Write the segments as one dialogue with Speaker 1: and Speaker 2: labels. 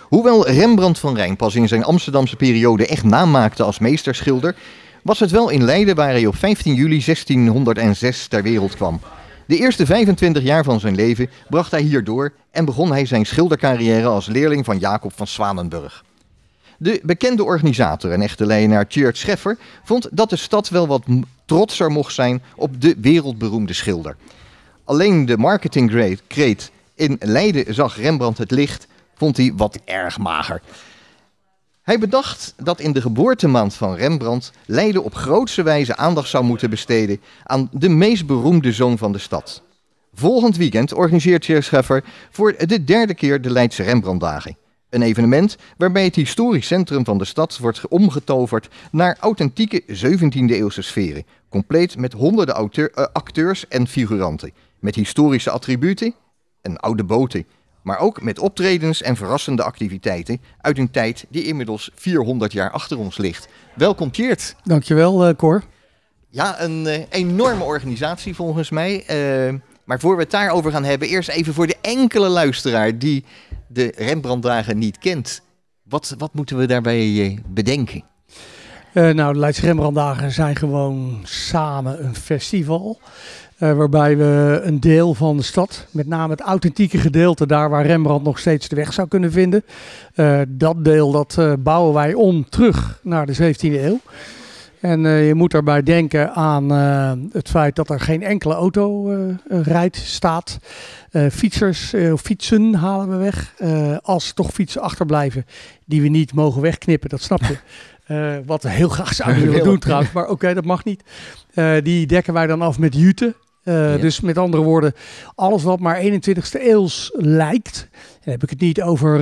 Speaker 1: Hoewel Rembrandt van Rijn pas in zijn Amsterdamse periode echt naam maakte als meesterschilder, was het wel in Leiden waar hij op 15 juli 1606 ter wereld kwam. De eerste 25 jaar van zijn leven bracht hij hier door en begon hij zijn schildercarrière als leerling van Jacob van Zwanenburg. De bekende organisator en echte Leidenaar Tjeerd Scheffer vond dat de stad wel wat trotser mocht zijn op de wereldberoemde schilder. Alleen de marketingkreet in Leiden zag Rembrandt het licht, vond hij wat erg mager. Hij bedacht dat in de geboortemaand van Rembrandt Leiden op grootse wijze aandacht zou moeten besteden aan de meest beroemde zoon van de stad. Volgend weekend organiseert Tjeerd Scheffer voor de derde keer de Leidse Rembrandtdagen. Een evenement waarbij het historisch centrum van de stad wordt omgetoverd naar authentieke 17e-eeuwse sferen. Compleet met honderden acteurs en figuranten. Met historische attributen en oude boten. Maar ook met optredens en verrassende activiteiten uit een tijd die inmiddels 400 jaar achter ons ligt. Welkom Tjeerd.
Speaker 2: Dankjewel Cor.
Speaker 1: Ja, een enorme organisatie volgens mij. Maar voor we het daarover gaan hebben, eerst even voor de enkele luisteraar die de Rembrandtdagen niet kent. Wat moeten we daarbij bedenken?
Speaker 2: De Leidse Rembrandtdagen zijn gewoon samen een festival. Waarbij we een deel van de stad, met name het authentieke gedeelte, daar waar Rembrandt nog steeds de weg zou kunnen vinden. Dat deel bouwen wij om terug naar de 17e eeuw. En je moet daarbij denken aan het feit dat er geen enkele auto staat. Fietsen halen we weg. Als er toch fietsen achterblijven die we niet mogen wegknippen, dat snap je. Wat we heel graag zouden willen doen trouwens, maar oké, dat mag niet. Die dekken wij dan af met jute. Dus met andere woorden, alles wat maar 21ste eeuws lijkt. Dan heb ik het niet over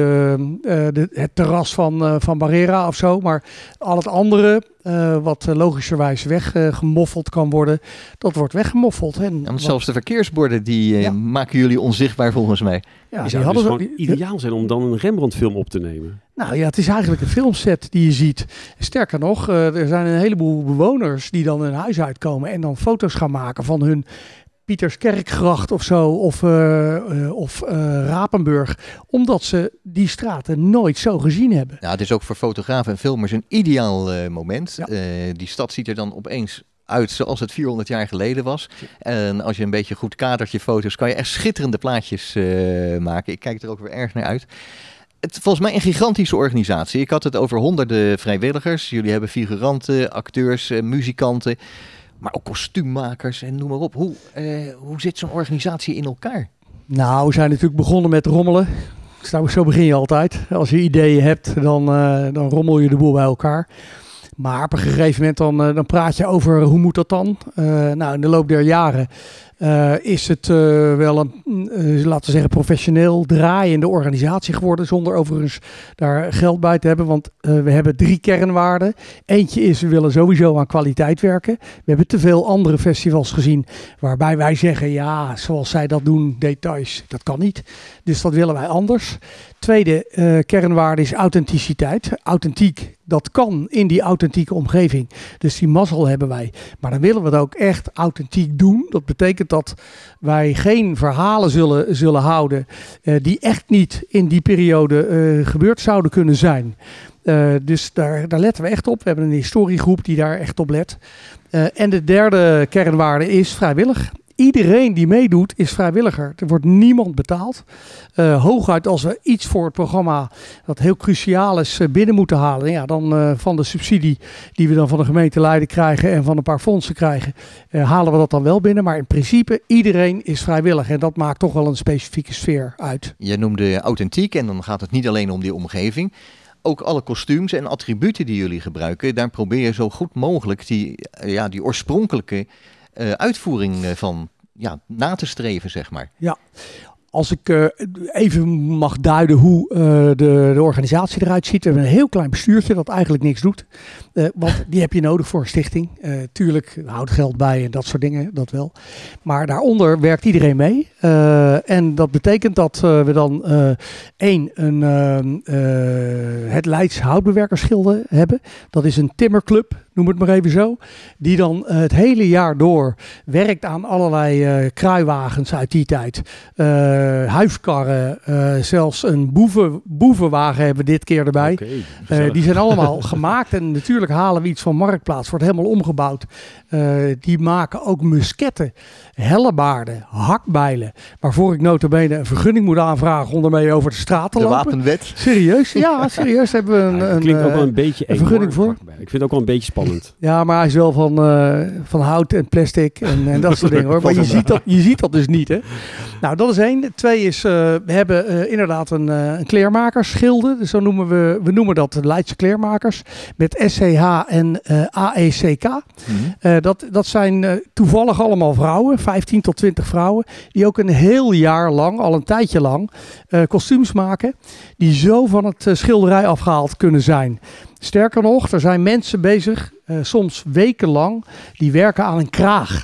Speaker 2: het terras van Barrera of zo. Maar al het andere wat logischerwijs weggemoffeld kan worden, dat wordt weggemoffeld.
Speaker 1: Zelfs de verkeersborden die maken jullie onzichtbaar volgens mij.
Speaker 3: Ja, die zou dus gewoon ideaal zijn om dan een Rembrandt-film op te nemen.
Speaker 2: Nou ja, het is eigenlijk een filmset die je ziet. Sterker nog, er zijn een heleboel bewoners die dan hun huis uitkomen en dan foto's gaan maken van hun Pieterskerkgracht of zo, of Rapenburg, omdat ze die straten nooit zo gezien hebben.
Speaker 1: Ja, het is ook voor fotografen en filmers een ideaal moment. Ja. Die stad ziet er dan opeens uit zoals het 400 jaar geleden was. En als je een beetje goed kadert je foto's, kan je echt schitterende plaatjes maken. Ik kijk er ook weer erg naar uit. Het is volgens mij een gigantische organisatie. Ik had het over honderden vrijwilligers. Jullie hebben figuranten, acteurs, muzikanten, maar ook kostuummakers en noem maar op. Hoe zit zo'n organisatie in elkaar?
Speaker 2: Nou, we zijn natuurlijk begonnen met rommelen. Zo begin je altijd. Als je ideeën hebt, dan rommel je de boel bij elkaar. Maar op een gegeven moment dan praat je over hoe moet dat dan? In de loop der jaren is het wel een, laten we zeggen, professioneel draaiende organisatie geworden. Zonder overigens daar geld bij te hebben. Want we hebben 3 kernwaarden. Eentje is, we willen sowieso aan kwaliteit werken. We hebben te veel andere festivals gezien waarbij wij zeggen, ja, zoals zij dat doen, details, dat kan niet. Dus dat willen wij anders. Tweede kernwaarde is authenticiteit. Authentiek, dat kan in die authentieke omgeving. Dus die mazzel hebben wij. Maar dan willen we het ook echt authentiek doen. Dat betekent dat wij geen verhalen zullen houden die echt niet in die periode gebeurd zouden kunnen zijn. Dus daar letten we echt op. We hebben een historiegroep die daar echt op let. En de derde kernwaarde is vrijwillig. Iedereen die meedoet is vrijwilliger. Er wordt niemand betaald. Hooguit als we iets voor het programma dat heel cruciaal is binnen moeten halen. Ja, dan van de subsidie die we dan van de gemeente Leiden krijgen en van een paar fondsen krijgen, halen we dat dan wel binnen. Maar in principe iedereen is vrijwillig. En dat maakt toch wel een specifieke sfeer uit.
Speaker 1: Je noemde authentiek en dan gaat het niet alleen om die omgeving. Ook alle kostuums en attributen die jullie gebruiken, daar probeer je zo goed mogelijk die oorspronkelijke uitvoering van na te streven, zeg maar.
Speaker 2: Ja, als ik even mag duiden hoe de organisatie eruit ziet. We hebben een heel klein bestuurtje dat eigenlijk niks doet. Want die heb je nodig voor een stichting. Tuurlijk, houdt geld bij en dat soort dingen, dat wel. Maar daaronder werkt iedereen mee. En dat betekent dat we dan het Leids Houtbewerkersgilde hebben. Dat is een timmerclub, noem het maar even zo. Die dan het hele jaar door werkt aan allerlei kruiwagens uit die tijd. huiskarren, zelfs een boevenwagen hebben we dit keer erbij.
Speaker 3: Okay,
Speaker 2: die zijn allemaal gemaakt en natuurlijk halen we iets van Marktplaats. Wordt helemaal omgebouwd. Die maken ook musketten, hellebaarden, hakbijlen. Waarvoor ik nota bene een vergunning moet aanvragen om ermee over de straat te
Speaker 1: De
Speaker 2: lopen.
Speaker 1: wapenwet.
Speaker 2: Serieus? Ja, serieus hebben we
Speaker 3: het klinkt ook wel een beetje
Speaker 2: een vergunning voor.
Speaker 3: Ik vind het ook wel een beetje spannend.
Speaker 2: Ja, maar hij is wel van hout en plastic en dat soort dingen hoor. Maar je ziet dat dus niet, hè. Nou, dat is 1. 2 is, we hebben inderdaad een kleermakersschilde. Dus zo we noemen dat de Leidse kleermakers. Met SCH en AECK. Dat zijn toevallig allemaal vrouwen, 15 tot 20 vrouwen. Die ook een heel jaar lang, al een tijdje lang, kostuums maken. Die zo van het schilderij afgehaald kunnen zijn. Sterker nog, er zijn mensen bezig, soms wekenlang, die werken aan een kraag.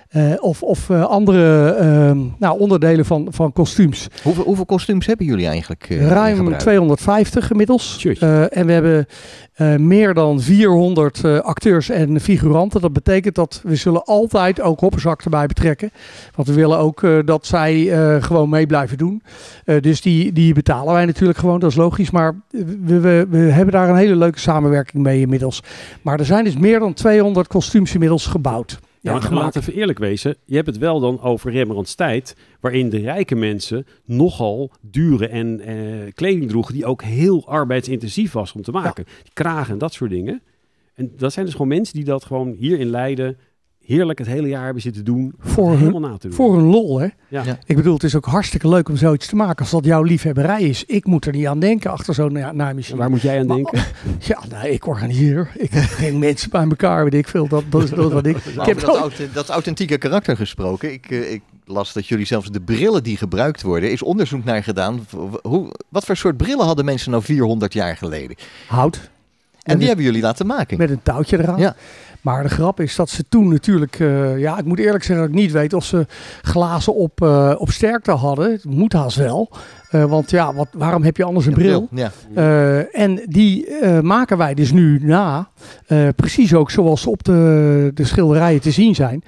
Speaker 2: Of andere onderdelen van kostuums.
Speaker 1: Hoeveel kostuums hebben jullie eigenlijk?
Speaker 2: Ruim 250 inmiddels. En we hebben meer dan 400 acteurs en figuranten. Dat betekent dat we zullen altijd ook hopperzak erbij betrekken. Want we willen ook dat zij gewoon mee blijven doen. Dus die betalen wij natuurlijk gewoon, dat is logisch. Maar we hebben daar een hele leuke samenwerking mee inmiddels. Maar er zijn dus meer dan 200 kostuums inmiddels gebouwd.
Speaker 3: Ja, maar laten we even eerlijk wezen. Je hebt het wel dan over Rembrandts tijd, waarin de rijke mensen nogal dure en kleding droegen die ook heel arbeidsintensief was om te maken. Ja. Die kragen en dat soort dingen. En dat zijn dus gewoon mensen die dat gewoon hier in Leiden heerlijk het hele jaar hebben zitten doen. Helemaal na te doen.
Speaker 2: Voor hun lol, hè?
Speaker 3: Ja.
Speaker 1: Ja.
Speaker 2: Ik bedoel, het is ook hartstikke leuk om zoiets te maken. Als dat jouw liefhebberij is. Ik moet er niet aan denken achter zo'n naaimachine.
Speaker 3: Waar moet jij aan denken?
Speaker 2: Ja, ik organiseer. Ik breng mensen bij elkaar, weet ik veel. Dat is wat ik...
Speaker 1: Ik heb dat authentieke karakter gesproken. Ik las dat jullie zelfs de brillen die gebruikt worden, is onderzoek naar gedaan. Wat voor soort brillen hadden mensen nou 400 jaar geleden?
Speaker 2: Hout.
Speaker 1: En die hebben jullie laten maken.
Speaker 2: Met een touwtje eraan. Ja. Maar de grap is dat ze toen natuurlijk... ik moet eerlijk zeggen dat ik niet weet of ze glazen op sterkte hadden. Het moet haast wel. Want ja, waarom heb je anders een bril? Ja. En die maken wij dus nu na. Precies ook zoals ze op de schilderijen te zien zijn.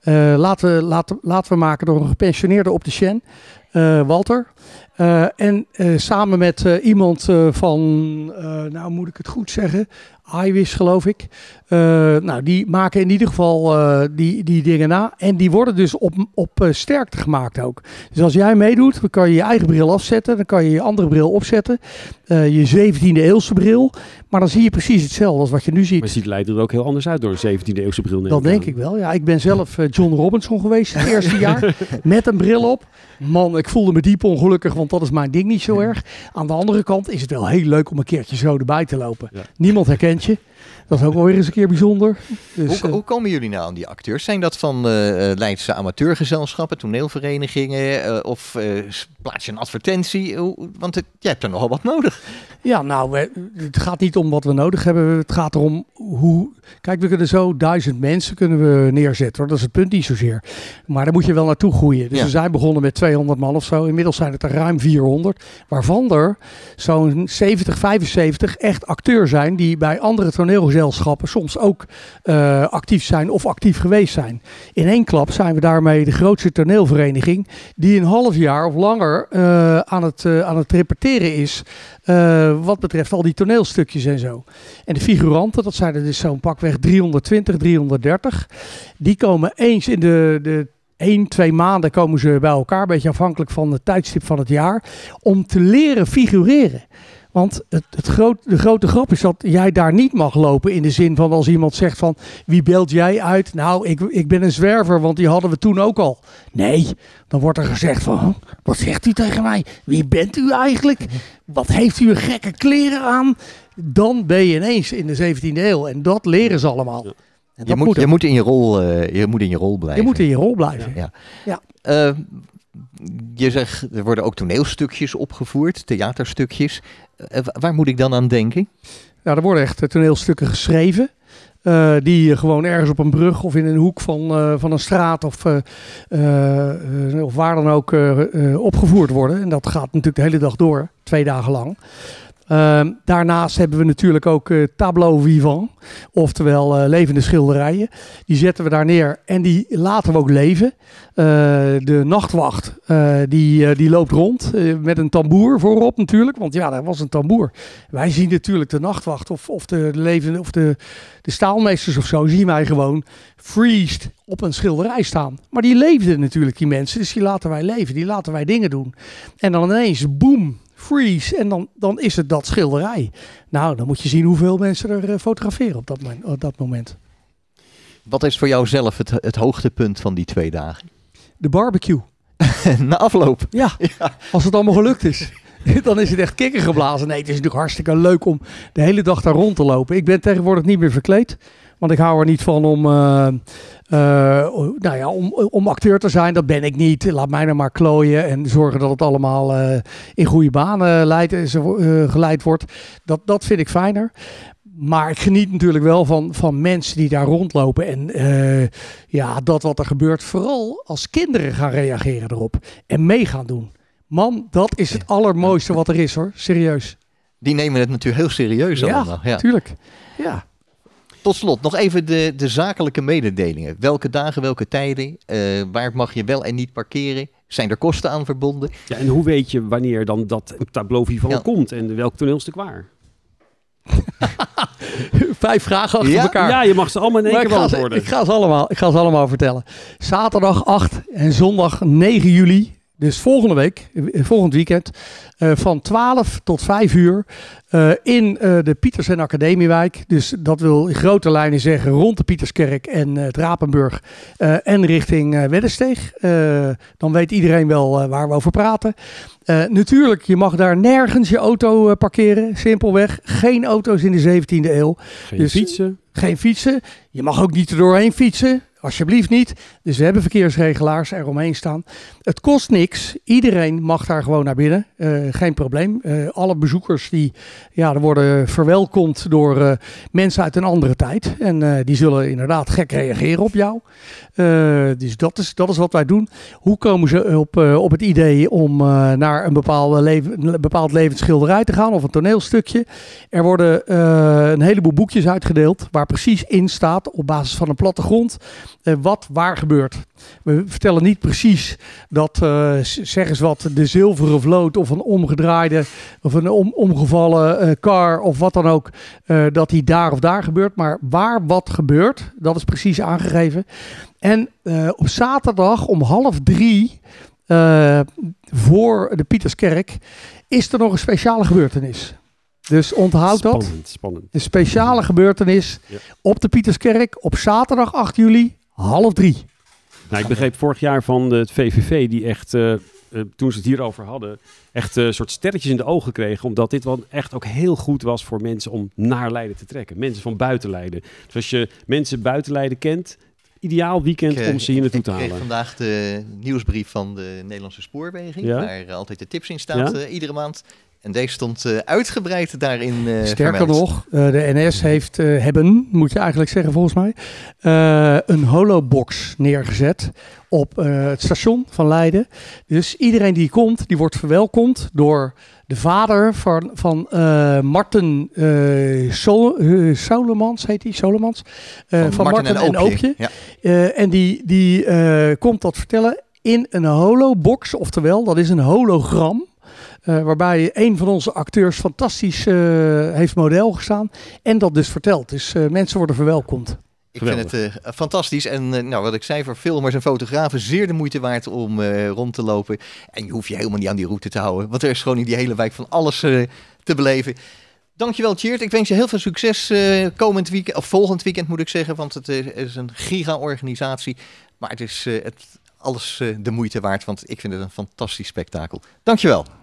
Speaker 2: Laten we maken door een gepensioneerde opticien. Walter. En samen met iemand van, nou moet ik het goed zeggen, iWis geloof ik. Die maken in ieder geval die dingen na. En die worden dus op sterkte gemaakt ook. Dus als jij meedoet, dan kan je je eigen bril afzetten. Dan kan je je andere bril opzetten. Je 17e eeuwse bril. Maar dan zie je precies hetzelfde als wat je nu ziet.
Speaker 3: Maar ziet Leiden er ook heel anders uit door een 17e eeuwse bril.
Speaker 2: Dat denk ik wel. Ja, ik ben zelf John Robinson geweest het eerste jaar. Met een bril op. Man, ik voelde me diep ongelukkig, want dat is mijn ding niet zo erg. Aan de andere kant is het wel heel leuk om een keertje zo erbij te lopen. Ja. Niemand herkent je. Dat is ook wel weer eens een keer bijzonder. Dus,
Speaker 1: hoe komen jullie nou aan die acteurs? Zijn dat van Leidse amateurgezelschappen, toneelverenigingen of plaats je een advertentie? Want jij hebt er nogal wat nodig.
Speaker 2: Ja, nou, het gaat niet om wat we nodig hebben. Het gaat erom hoe... Kijk, we kunnen zo 1000 mensen kunnen we neerzetten. Hoor. Dat is het punt niet zozeer. Maar daar moet je wel naartoe groeien. Dus we zijn begonnen met 200 man of zo. Inmiddels zijn het er ruim 400. Waarvan er zo'n 70, 75 echt acteur zijn die bij andere toneelgezelschappen soms ook actief zijn of actief geweest zijn. In één klap zijn we daarmee de grootste toneelvereniging die een half jaar of langer aan het repeteren is wat betreft al die toneelstukjes en zo. En de figuranten, dat zijn er dus zo'n pakweg 320, 330. Die komen eens in de 1-2 maanden komen ze bij elkaar, een beetje afhankelijk van het tijdstip van het jaar, om te leren figureren. Want de grote grap is dat jij daar niet mag lopen in de zin van als iemand zegt van wie beeld jij uit? Nou, ik ben een zwerver, want die hadden we toen ook al. Nee, dan wordt er gezegd van wat zegt u tegen mij? Wie bent u eigenlijk? Wat heeft u een gekke kleren aan? Dan ben je ineens in de 17e eeuw en dat leren ze allemaal.
Speaker 3: Ja.
Speaker 2: En
Speaker 1: je moet in je rol blijven.
Speaker 2: Je moet in je rol blijven.
Speaker 1: Ja. Je zegt, er worden ook toneelstukjes opgevoerd, theaterstukjes. Waar moet ik dan aan denken?
Speaker 2: Nou, er worden echt toneelstukken geschreven. Die gewoon ergens op een brug of in een hoek van een straat of waar dan ook opgevoerd worden. En dat gaat natuurlijk de hele dag door, 2 dagen lang. Daarnaast hebben we natuurlijk ook tableau vivant, oftewel levende schilderijen. Die zetten we daar neer en die laten we ook leven. De nachtwacht die loopt rond met een tamboer voorop natuurlijk, want ja, dat was een tamboer. Wij zien natuurlijk de nachtwacht of de levende of de staalmeesters of zo, zien wij gewoon freezed op een schilderij staan. Maar die leefden natuurlijk, die mensen, dus die laten wij leven, die laten wij dingen doen. En dan ineens, boom, freeze, en dan is het dat schilderij. Nou, dan moet je zien hoeveel mensen er fotograferen op dat moment.
Speaker 1: Wat is voor jou zelf het hoogtepunt van die 2 dagen?
Speaker 2: De barbecue.
Speaker 1: Na afloop.
Speaker 2: Ja, als het allemaal gelukt is. Dan is het echt kikker geblazen. Nee, het is natuurlijk hartstikke leuk om de hele dag daar rond te lopen. Ik ben tegenwoordig niet meer verkleed. Want ik hou er niet van om acteur te zijn. Dat ben ik niet. Laat mij nou maar klooien en zorgen dat het allemaal in goede banen geleid wordt. Dat vind ik fijner. Maar ik geniet natuurlijk wel van mensen die daar rondlopen. En dat wat er gebeurt, vooral als kinderen gaan reageren erop. En mee gaan doen. Man, dat is het allermooiste wat er is hoor. Serieus.
Speaker 1: Die nemen het natuurlijk heel serieus allemaal.
Speaker 2: Ja, tuurlijk. Ja.
Speaker 1: Tot slot, nog even de zakelijke mededelingen. Welke dagen, welke tijden? Waar mag je wel en niet parkeren? Zijn er kosten aan verbonden?
Speaker 3: Ja, en hoe weet je wanneer dan dat tableau vivant komt en welk toneelstuk waar?
Speaker 2: 5 vragen achter elkaar.
Speaker 3: Ja, je mag ze allemaal in één keer beantwoorden.
Speaker 2: Ik ga ze allemaal vertellen. Zaterdag 8 en zondag 9 juli. Dus volgend weekend, van 12 tot 5 uur in de Pietersen Academiewijk. Dus dat wil in grote lijnen zeggen rond de Pieterskerk en het Rapenburg en richting Weddesteeg. Dan weet iedereen wel waar we over praten. Natuurlijk, je mag daar nergens je auto parkeren. Simpelweg, geen auto's in de 17e eeuw. Geen fietsen. Je mag ook niet er doorheen fietsen. Alsjeblieft niet. Dus we hebben verkeersregelaars eromheen staan. Het kost niks. Iedereen mag daar gewoon naar binnen. Geen probleem. Alle bezoekers er worden verwelkomd door mensen uit een andere tijd. En die zullen inderdaad gek reageren op jou. Dus dat is wat wij doen. Hoe komen ze op het idee om naar een bepaald levend schilderij te gaan of een toneelstukje? Er worden een heleboel boekjes uitgedeeld waar precies in staat op basis van een plattegrond wat waar gebeurt. We vertellen niet precies dat, zeg eens wat, de zilveren vloot of een omgedraaide of een omgevallen kar of wat dan ook, dat die daar of daar gebeurt. Maar waar wat gebeurt, dat is precies aangegeven. En op zaterdag om 2:30 voor de Pieterskerk is er nog een speciale gebeurtenis. Dus onthoud dat.
Speaker 3: Spannend.
Speaker 2: Een speciale gebeurtenis op de Pieterskerk op zaterdag 8 juli, 2:30.
Speaker 3: Nou, ik begreep vorig jaar van het VVV die echt, toen ze het hierover hadden, echt een soort sterretjes in de ogen kregen. Omdat dit wel echt ook heel goed was voor mensen om naar Leiden te trekken. Mensen van buiten Leiden. Dus als je mensen buiten Leiden kent, ideaal weekend om ze hier naartoe te halen. Ik
Speaker 1: kreeg vandaag de nieuwsbrief van de Nederlandse Spoorweging. Waar altijd de tips in staan iedere maand. En deze stond uitgebreid daarin
Speaker 2: Sterker
Speaker 1: vermeld.
Speaker 2: nog, de NS moet je eigenlijk zeggen volgens mij, een holobox neergezet op het station van Leiden. Dus iedereen die komt, die wordt verwelkomd door de vader van Marten Solemans, heet hij, Solemans. Van Marten en Oopje. Ja. En die komt dat vertellen in een holobox, oftewel dat is een hologram. Waarbij een van onze acteurs fantastisch heeft model gestaan en dat dus vertelt. Dus mensen worden verwelkomd.
Speaker 1: Ik vind het fantastisch. En wat ik zei, voor filmers en fotografen zeer de moeite waard om rond te lopen. En je hoeft je helemaal niet aan die route te houden. Want er is gewoon in die hele wijk van alles te beleven. Dankjewel, Tjeerd. Ik wens je heel veel succes komend weekend, of volgend weekend moet ik zeggen. Want het is een giga-organisatie. Maar het is alles de moeite waard, want ik vind het een fantastisch spektakel. Dankjewel.